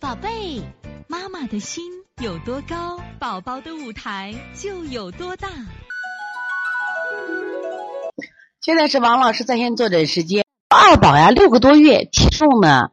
宝贝，妈妈的心有多高，宝宝的舞台就有多大。 现在是王老师在线坐诊时间。二宝呀，6个多月，体重呢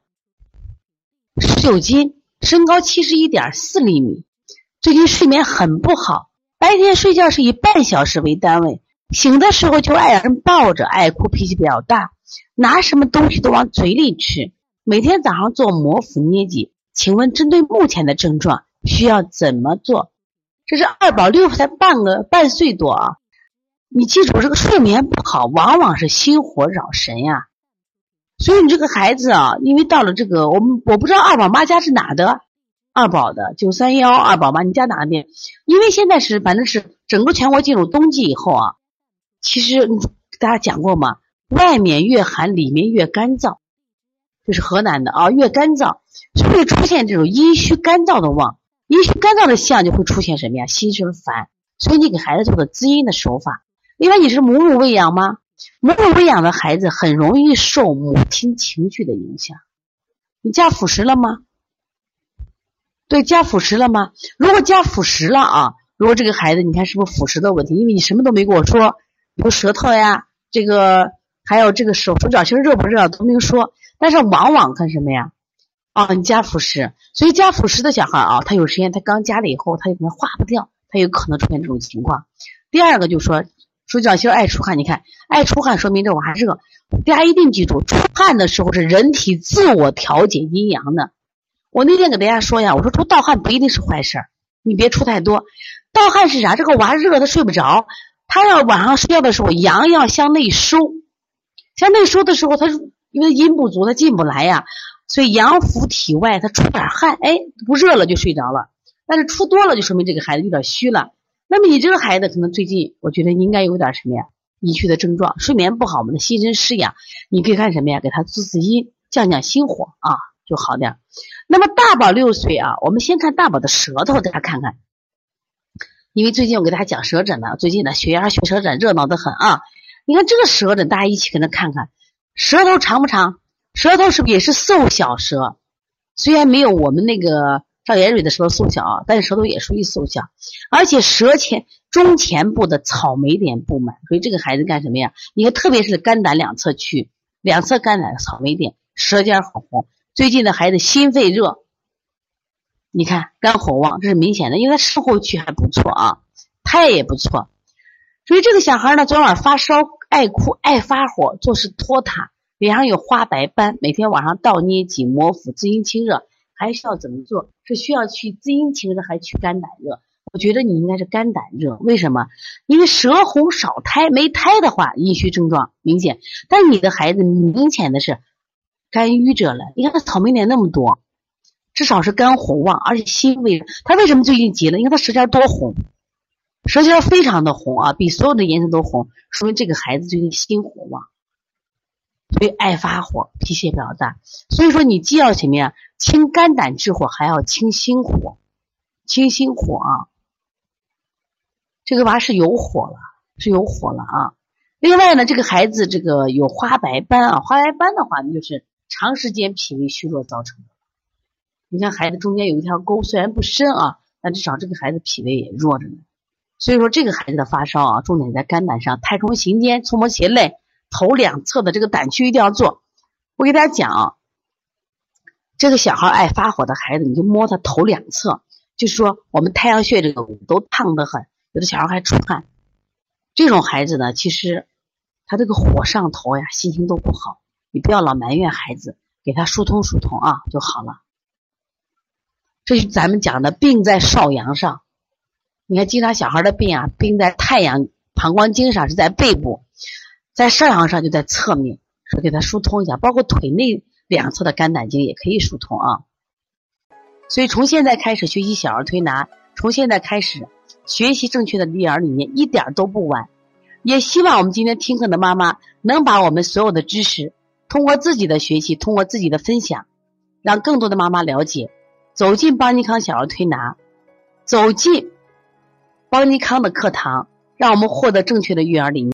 19斤，身高71.4厘米。最近睡眠很不好，白天睡觉是以半小时为单位，醒的时候就爱让人抱着，爱哭，脾气比较大，拿什么东西都往嘴里吃，每天早上做摩腹捏脊。请问针对目前的症状需要怎么做？这是二宝6才半岁多啊。你记住，这个睡眠不好往往是心火扰神呀。所以你这个孩子啊，因为到了这个我不知道二宝妈家是哪的，二宝的931二宝妈你家哪的？因为现在反正是整个全国进入冬季以后啊，其实大家讲过嘛，外面越寒里面越干燥，这是河南的啊，越干燥就会出现这种阴虚干燥的旺，阴虚干燥的象就会出现什么呀？心生烦。所以你给孩子做个滋阴的手法。另外你是母乳喂养吗？母乳喂养的孩子很容易受母亲情绪的影响。你加辅食了吗？对，加辅食了吗？如果加辅食了啊，如果这个孩子你看是不是辅食的问题？因为你什么都没跟我说，比如舌头呀，这个还有这个手脚心热不热都没有说，但是往往看什么呀？你加辅食，所以加辅食的小孩啊，他有时间他刚加了以后，他有可能化不掉，他有可能出现这种情况。第二个就是说手脚心爱出汗，你看爱出汗说明这我还热。大家一定记住，出汗的时候是人体自我调节阴阳的。我那天给大家说呀，我说出盗汗不一定是坏事，你别出太多。盗汗是啥？这个娃热他睡不着，他要晚上睡觉的时候阳要向内收，向内收的时候他因为阴不足他进不来呀，所以阳伏体外，他出点汗，不热了就睡着了。但是出多了就说明这个孩子有点虚了。那么你这个孩子可能最近我觉得应该有点什么呀？阴虚的症状，睡眠不好，我们的心神失养，你可以看什么呀？给他滋阴，降心火啊，就好点。那么大宝6岁啊，我们先看大宝的舌头，大家看看。因为最近我给大家讲舌诊呢，最近的学牙学舌诊热闹得很啊。你看这个舌诊，大家一起跟着看看，舌头长不长？舌头是不是也是瘦小舌？虽然没有我们那个赵延蕊的舌头瘦小啊，但是舌头也属于瘦小，而且舌中前部的草莓点布满，所以这个孩子干什么呀？你看特别是肝胆两侧区，两侧肝胆的草莓点，舌尖很红。最近的孩子心肺热，你看肝火旺，这是明显的，因为他生活区还不错啊，胎也不错。所以这个小孩呢，昨晚发烧，爱哭，爱发火，做事拖沓，脸上有花白斑，每天晚上倒捏脊摩腹滋阴清热。还需要怎么做？是需要去滋阴清热还去肝胆热？我觉得你应该是肝胆热。为什么？因为舌红少胎，没胎的话阴虚症状明显，但是你的孩子明显的是肝郁着了。你看他草莓点那么多，至少是肝火旺，而且心胃热。他为什么最近急了？因为他舌尖多红，舌尖非常的红啊，比所有的颜色都红，说明这个孩子最近心火旺，所以爱发火，脾气也比较大。所以说你既要什么呀？清肝胆之火，还要清心火。清心火啊，这个娃是有火了啊。另外呢，这个孩子这个有花白斑啊，花白斑的话就是长时间脾胃虚弱造成的。你看孩子中间有一条沟，虽然不深啊，但至少这个孩子脾胃也弱着呢。所以说这个孩子的发烧啊，重点在肝胆上，太冲行间，触摸胁肋，头两侧的这个胆区一定要做。我给大家讲啊，这个小孩爱发火的孩子，你就摸他头两侧，就是说我们太阳穴这个都烫得很，有的小孩还出汗。这种孩子呢，其实他这个火上头呀，心情都不好，你不要老埋怨孩子，给他疏通啊就好了。这是咱们讲的病在少阳上。你看经常小孩的病啊，病在太阳膀胱经上是在背部，在少阳上就在侧面，说给他疏通一下，包括腿内两侧的肝胆经也可以疏通啊。所以从现在开始学习小儿推拿，从现在开始学习正确的育儿理念，一点都不晚。也希望我们今天听课的妈妈能把我们所有的知识通过自己的学习，通过自己的分享，让更多的妈妈了解，走进邦尼康小儿推拿，走进邦尼康的课堂，让我们获得正确的育儿理念。